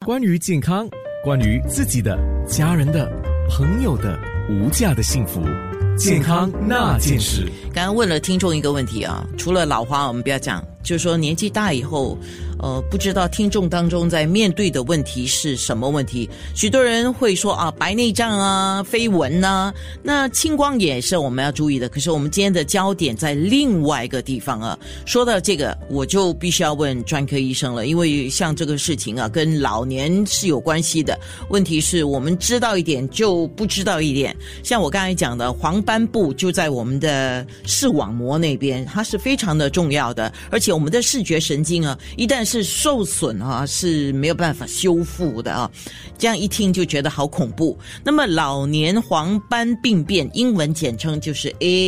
关于健康，关于自己的、家人的、朋友的无价的幸福，健康那件事。 刚刚问了听众一个问题啊，除了老花我们不要讲，就是说年纪大以后不知道听众当中在面对的问题是什么问题。许多人会说啊，白内障啊，飞蚊啊，那青光眼也是我们要注意的。可是我们今天的焦点在另外一个地方啊。说到这个，我就必须要问专科医生了，因为像这个事情啊，跟老年是有关系的。问题是我们知道一点就不知道一点。像我刚才讲的，黄斑部就在我们的视网膜那边，它是非常的重要的，而且我们的视觉神经啊，一旦是受损啊，是没有办法修复的啊。这样一听就觉得好恐怖。那么老年黄斑病变，英文简称就是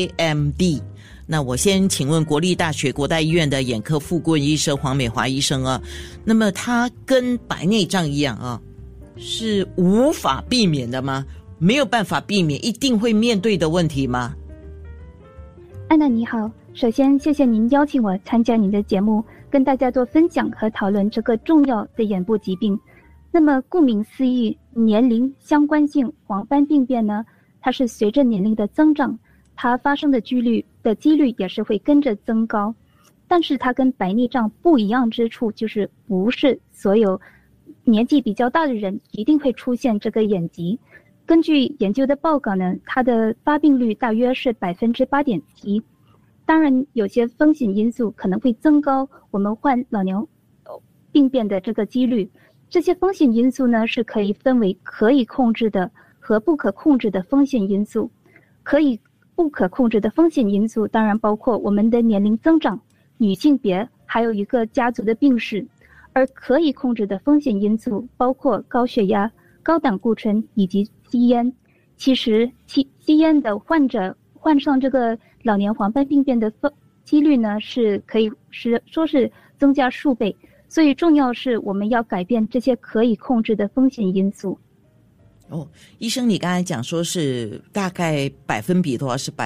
AMD。那我先请问国立大学国代医院的眼科副顾问医生黄美华医生啊，那么它跟白内障一样啊，是无法避免的吗？没有办法避免，一定会面对的问题吗？ 安娜你好，首先谢谢您邀请我参加您的节目，跟大家做分享和讨论这个重要的眼部疾病。那么顾名思义，年龄相关性黄斑病变呢，它是随着年龄的增长，它发生的几率也是会跟着增高。但是它跟白内障不一样之处，就是不是所有年纪比较大的人一定会出现这个眼疾。根据研究的报告呢，它的发病率大约是 8.7%。当然有些风险因素可能会增高我们患老年病变的这个几率。这些风险因素呢，是可以分为可以控制的和不可控制的风险因素。不可控制的风险因素当然包括我们的年龄增长、女性别，还有一个家族的病史。而可以控制的风险因素包括高血压、高胆固醇以及吸烟。其实吸烟的患者患上这个老年黄斑病变的几率呢，是可以说是增加数倍。所以重要是我们要改变这些可以控制的风险因素。 哦，医生，你刚才讲说是大概百分比的话是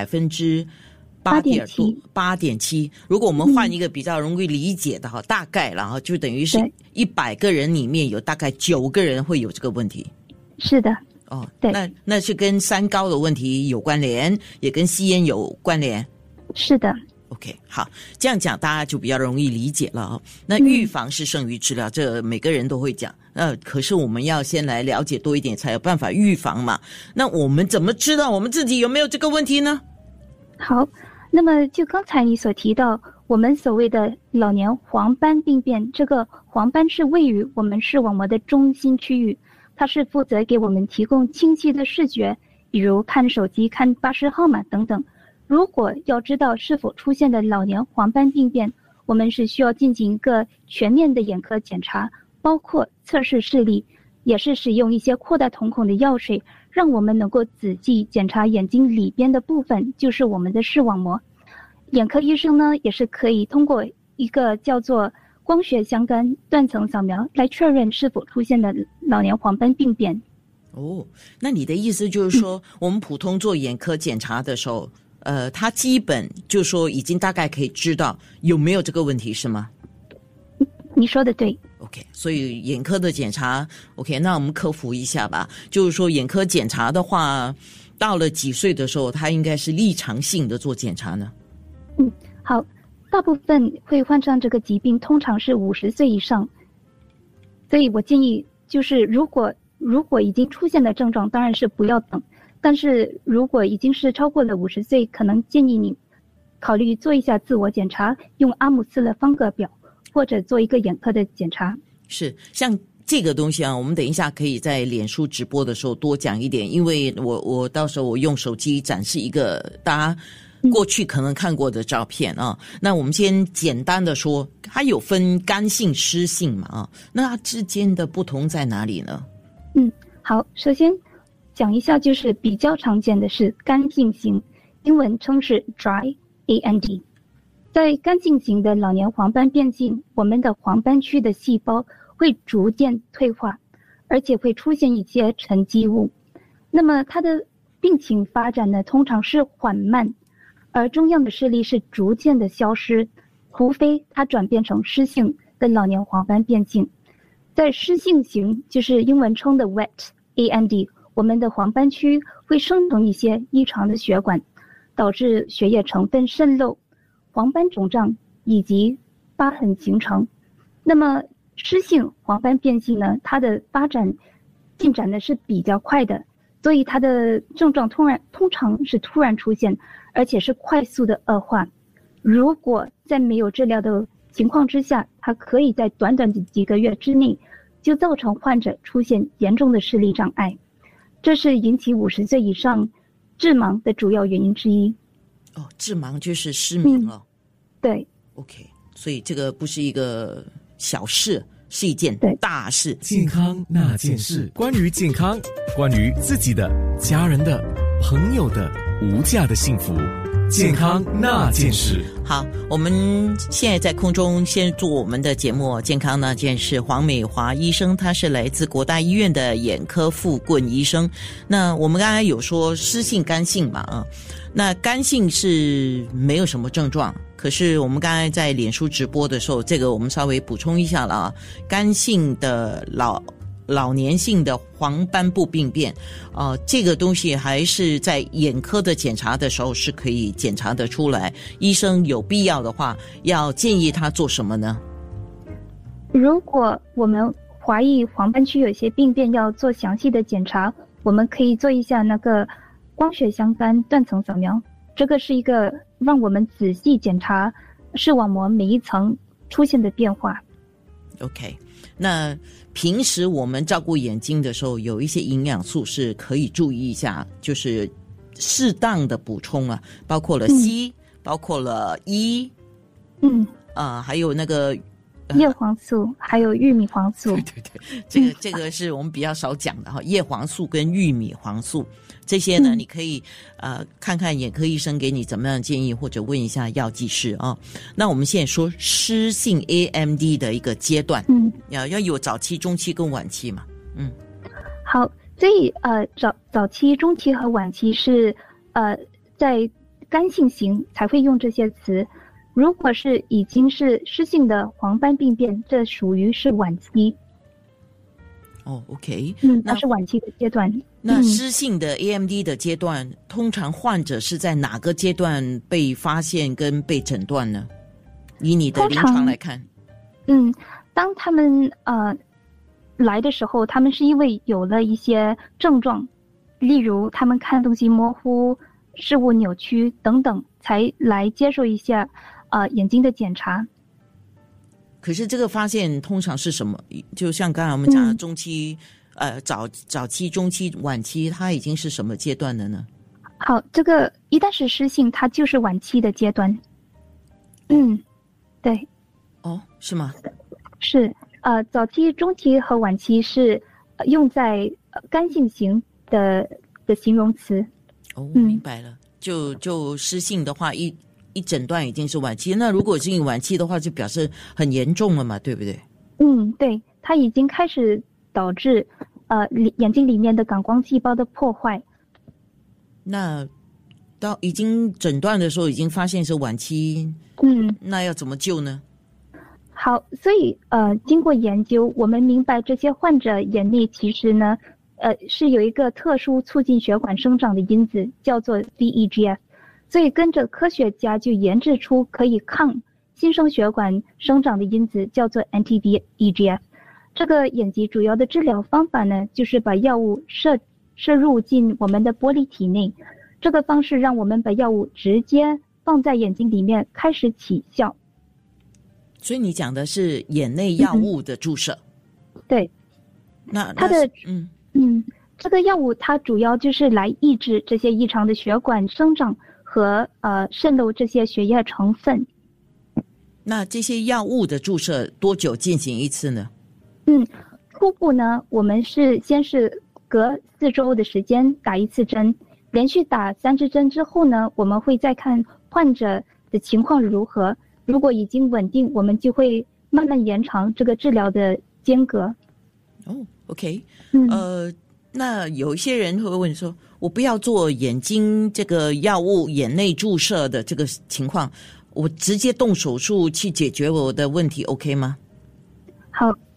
8.7%。如果我们换一个比较容易理解的哈，大概了哈，就等于是100个人里面有大概9个人会有这个问题。 是的。 哦， 对， 那是跟三高的问题有关联，也跟吸烟有关联。 是的。 OK， 好，这样讲大家就比较容易理解了哦。那预防是胜于治疗，这每个人都会讲。可是我们要先来了解多一点，才有办法预防嘛。那我们怎么知道我们自己有没有这个问题呢？ 好，那么就刚才你所提到，我们所谓的老年黄斑病变，这个黄斑是位于我们视网膜的中心区域，它是负责给我们提供清晰的视觉，比如看手机、看巴士号码等等。如果要知道是否出现的老年黄斑病变，我们是需要进行一个全面的眼科检查，包括测试视力，也是使用一些扩大瞳孔的药水，让我们能够仔细检查眼睛里边的部分，就是我们的视网膜。眼科医生呢，也是可以通过一个叫做光学相干断层扫描来确认是否出现的老年黄斑病变。 哦，那你的意思就是说，我们普通做眼科检查的时候，他基本就说已经大概可以知道有没有这个问题，是吗？ 你说的对。 OK， 所以眼科的检查 OK， 那我们科普一下吧。就是说眼科检查的话，到了几岁的时候他应该是例常性的做检查呢？ 好，大部分会患上这个疾病通常是50岁以上，所以我建议就是如果已经出现了症状，当然是不要等。但是如果已经是超过了50岁，可能建议你考虑做一下自我检查，用阿姆斯勒方格表，或者做一个眼科的检查。 是，像这个东西啊，我们等一下可以在脸书直播的时候多讲一点，因为我到时候我用手机展示一个大家过去可能看过的照片啊。那我们先简单的说，它有分干性、湿性嘛啊，那它之间的不同在哪里呢？ 好，首先讲一下，就是比较常见的是干性型，英文称是 dry AMD。在干性型的老年黄斑变性，我们的黄斑区的细胞会逐渐退化，而且会出现一些沉积物。那么它的病情发展呢，通常是缓慢，而中央的视力是逐渐的消失，除非它转变成湿性的老年黄斑变性。 在湿性型，就是英文称的 wet AMD， 我们的黄斑区会生成一些异常的血管，导致血液成分渗漏、黄斑肿胀以及疤痕形成。那么湿性黄斑变性呢，它的进展呢是比较快的，所以它的症状通常是突然出现，而且是快速的恶化。如果在没有治疗的情况之下，它可以在短短的几个月之内就造成患者出现严重的视力障碍，这是引起50岁以上致盲的主要原因之一。 哦，致盲就是失明了。 对。 OK， 所以这个不是一个小事，是一件大事。 健康那件事，关于健康，关于自己的、家人的、朋友的无价的幸福。健康那件事。 好，我们现在在空中先做我们的节目健康那件事。黄美华医生，他是来自国大医院的眼科副顾医生。那我们刚才有说湿性干性嘛，那干性是没有什么症状，可是我们刚才在脸书直播的时候，这个我们稍微补充一下了啊。干性的老年性的黄斑部病变，这个东西还是在眼科的检查的时候是可以检查得出来。医生有必要的话，要建议他做什么呢？ 如果我们怀疑黄斑区有些病变，要做详细的检查，我们可以做一下那个光学相干断层扫描。这个是一个让我们仔细检查视网膜每一层出现的变化。 OK， 那平时我们照顾眼睛的时候，有一些营养素是可以注意一下，就是适当的补充啊，包括了硒，包括了E，还有那个叶黄素，还有玉米黄素。 对，这个是我们比较少讲的哈，叶黄素跟玉米黄素这些呢，你可以看看眼科医生给你怎么样的建议，或者问一下药剂师啊。那我们现在说湿性 AMD 的一个阶段，要有早期、中期跟晚期嘛。 好，所以早期、中期和晚期是在干性型才会用这些词。如果是已经是湿性的黄斑病变，这属于是晚期。 OK， 那是晚期的阶段。 那湿性的 AMD 的阶段，通常患者是在哪个阶段被发现跟被诊断呢？以你的临床来看， 当他们来的时候，他们是因为有了一些症状，例如他们看东西模糊、视物扭曲等等，才来接受一下眼睛的检查。 可是这个发现通常是什么？就像刚才我们讲的中期、早期、中期、晚期，它已经是什么阶段了呢？ 好，这个一旦是湿性，它就是晚期的阶段。对。 是吗？ 是，早期、中期和晚期是用在干性型的形容词。 明白了。就湿性的话，一诊断已经是晚期，那如果是晚期的话，就表示很严重了嘛，对不对？ 对，它已经开始导致眼睛里面的感光细胞的破坏。那到已经诊断的时候，已经发现是晚期，那要怎么救呢？ 好，所以经过研究，我们明白这些患者眼内其实呢，是有一个特殊促进血管生长的因子，叫做 VEGF。所以跟着科学家就研制出可以抗新生血管生长的因子，叫做 anti-VEGF。这个眼疾主要的治疗方法呢，就是把药物摄入进我们的玻璃体内。这个方式让我们把药物直接放在眼睛里面开始起效。 所以你讲的是眼内药物的注射。 对。 那它的这个药物它主要就是来抑制这些异常的血管生长和渗漏这些血液成分。 那这些药物的注射多久进行一次呢？ 初步呢，我们先是隔4周的时间打一次针，连续打3支针之后呢，我们会再看患者的情况如何。如果已经稳定，我们就会慢慢延长这个治疗的间隔。 OK， 那有一些人会问说，我不要做眼睛这个药物眼内注射的这个情况，我直接动手术去解决我的问题 OK 吗？ 好，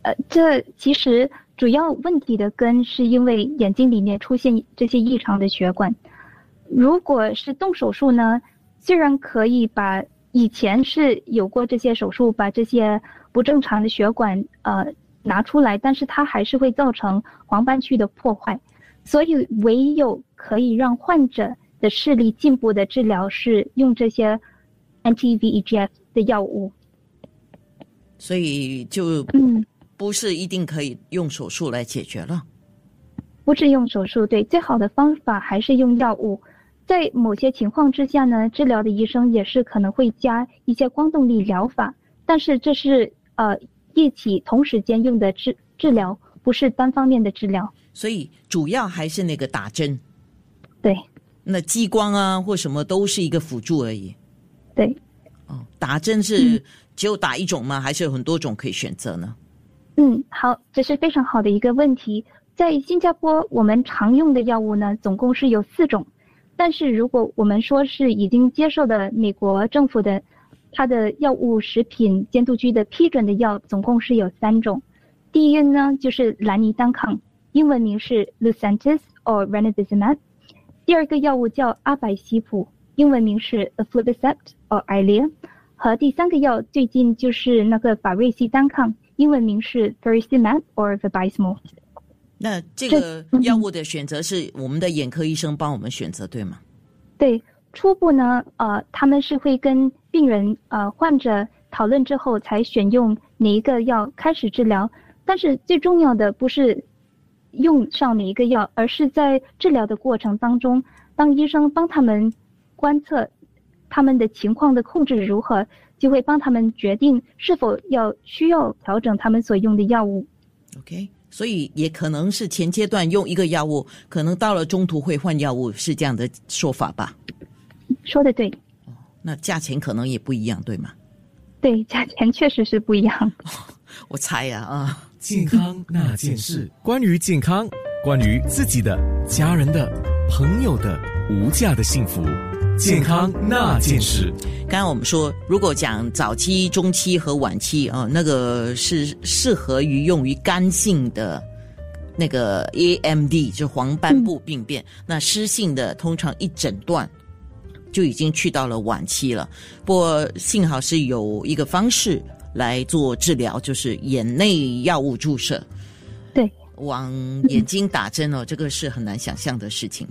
这其实主要问题的根是因为眼睛里面出现这些异常的血管。如果是动手术呢，虽然可以把以前是有过这些手术把这些不正常的血管拿出来，但是它还是会造成黄斑区的破坏，所以唯有可以让患者的视力进步的治疗是用这些 anti-VEGF 的药物。 所以就不是一定可以用手术来解决了。 不是用手术，对，最好的方法还是用药物。在某些情况之下呢，治疗的医生也是可能会加一些光动力疗法，但是这是一起同时间用的治疗，不是单方面的治疗。 所以主要还是那个打针。 对， 那激光啊或什么都是一个辅助而已。 对。 打针是只有打一种吗？还是有很多种可以选择呢？ 好，这是非常好的一个问题。在新加坡我们常用的药物呢总共是有4种，但是如果我们说是已经接受的美国政府的它的药物食品监督局的批准的药总共是有3种。第一个呢就是兰尼单抗，英文名是 Lucentis or Ranibizumab。第二个药物叫阿百西普，英文名是 Aflibercept or Eylea。和第3个药最近就是那个法瑞西单抗，英文名是 Faricimab or Vabysmo。 那这个药物的选择是我们的眼科医生帮我们选择，对吗？ 对，初步呢他们是会跟病人患者讨论之后才选用哪一个药开始治疗，但是最重要的不是用上哪一个药，而是在治疗的过程当中，当医生帮他们观测他们的情况的控制如何，就会帮他们决定是否需要调整他们所用的药物。 OK， 所以也可能是前阶段用一个药物，可能到了中途会换药物，是这样的说法吧？ 说得对。 那价钱可能也不一样，对吗？ 对，价钱确实是不一样。 我猜呀健康那件事，关于健康，关于自己的、家人的、朋友的无价的幸福。健康那件事， 刚刚我们说，如果讲早期、中期和晚期那个是适合于用于干性的那个 AMD， 就黄斑部病变。那湿性的通常一诊断就已经去到了晚期了。不过幸好是有一个方式来做治疗，就是眼内药物注射。 对， 往眼睛打针这个是很难想象的事情。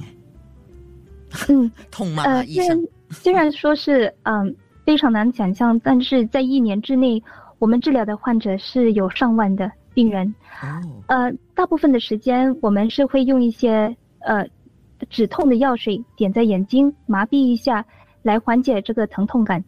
痛吗？医生？ 虽然说是非常难想象，但是在1年之内，我们治疗的患者是有上万的病人。大部分的时间我们是会用一些止痛的药水点在眼睛，麻痹一下，来缓解这个疼痛感。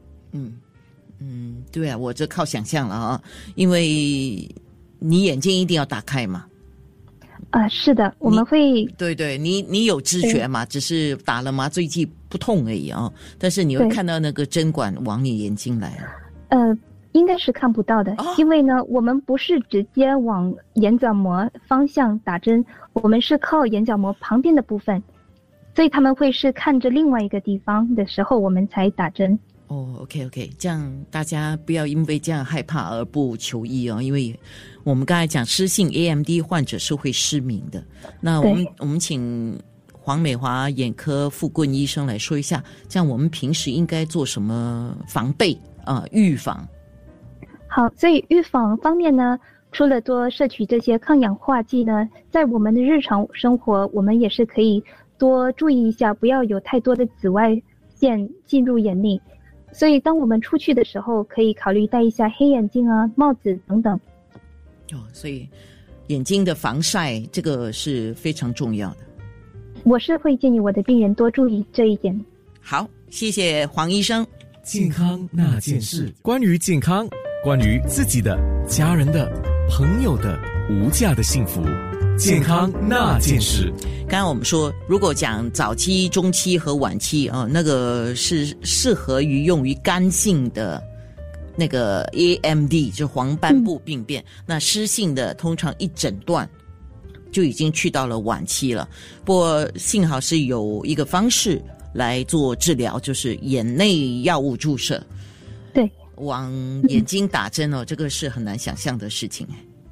对啊，我这靠想象了因为你眼睛一定要打开嘛。 是的，我们会对，你有知觉嘛？只是打了麻醉剂不痛而已但是你会看到那个针管往你眼睛来应该是看不到的，因为呢，我们不是直接往眼角膜方向打针，我们是靠眼角膜旁边的部分，所以他们会是看着另外一个地方的时候，我们才打针。 OK， 这样大家不要因为这样害怕而不求医因为我们刚才讲湿性 AMD 患者是会失明的。那我们请黄美华眼科傅棍医生来说一下，这样我们平时应该做什么防备预防？ 好，所以预防方面呢，除了多摄取这些抗氧化剂呢，在我们的日常生活，我们也是可以多注意一下，不要有太多的紫外线进入眼内。所以当我们出去的时候，可以考虑戴一下黑眼镜帽子等等。 所以眼睛的防晒这个是非常重要的。 我是会建议我的病人多注意这一点。 好，谢谢黄医生。 健康那件事，关于健康，关于自己的、家人的、朋友的无价的幸福。健康那件事， 刚刚我们说，如果讲早期、中期和晚期那个是适合于用于干性的那个 AMD， 就黄斑部病变。那湿性的通常一诊断就已经去到了晚期了。不过幸好是有一个方式来做治疗，就是眼内药物注射。 对， 往眼睛打针这个是很难想象的事情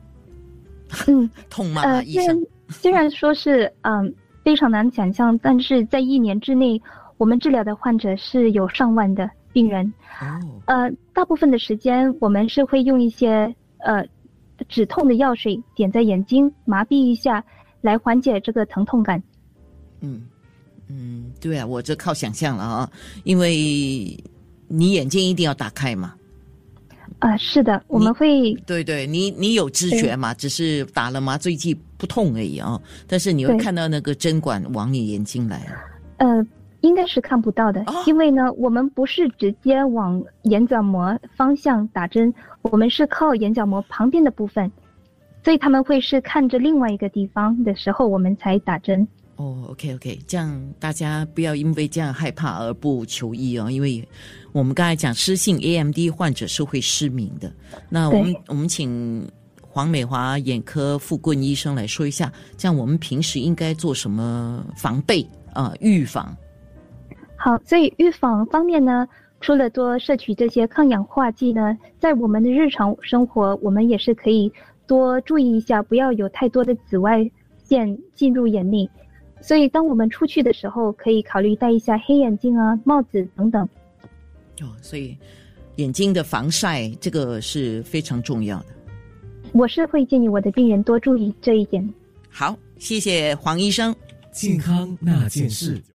痛吗？医生？ 虽然说是非常难想象，但是在1年之内，我们治疗的患者是有上万的病人。大部分的时间我们是会用一些止痛的药水点在眼睛，麻痹一下，来缓解这个疼痛感。 对啊，我这靠想象了啊，因为你眼睛一定要打开嘛。 是的，我们会对，你有知觉嘛？只是打了麻醉剂不痛而已啊，但是你会看到那个针管往你眼睛来啊。 应该是看不到的，因为呢，我们不是直接往眼角膜方向打针，我们是靠眼角膜旁边的部分，所以他们会是看着另外一个地方的时候，我们才打针。 OK， 这样大家不要因为这样害怕而不求医哦，因为我们刚才讲湿性 AMD 患者是会失明的。那我们请黄美华眼科副顾问医生来说一下，这样我们平时应该做什么防备预防？ 好，所以预防方面呢，除了多摄取这些抗氧化剂呢，在我们的日常生活，我们也是可以多注意一下，不要有太多的紫外线进入眼内。所以当我们出去的时候，可以考虑戴一下黑眼镜啊、帽子等等。 所以眼睛的防晒这个是非常重要的。 我是会建议我的病人多注意这一点。 好，谢谢黄医生。 健康那件事。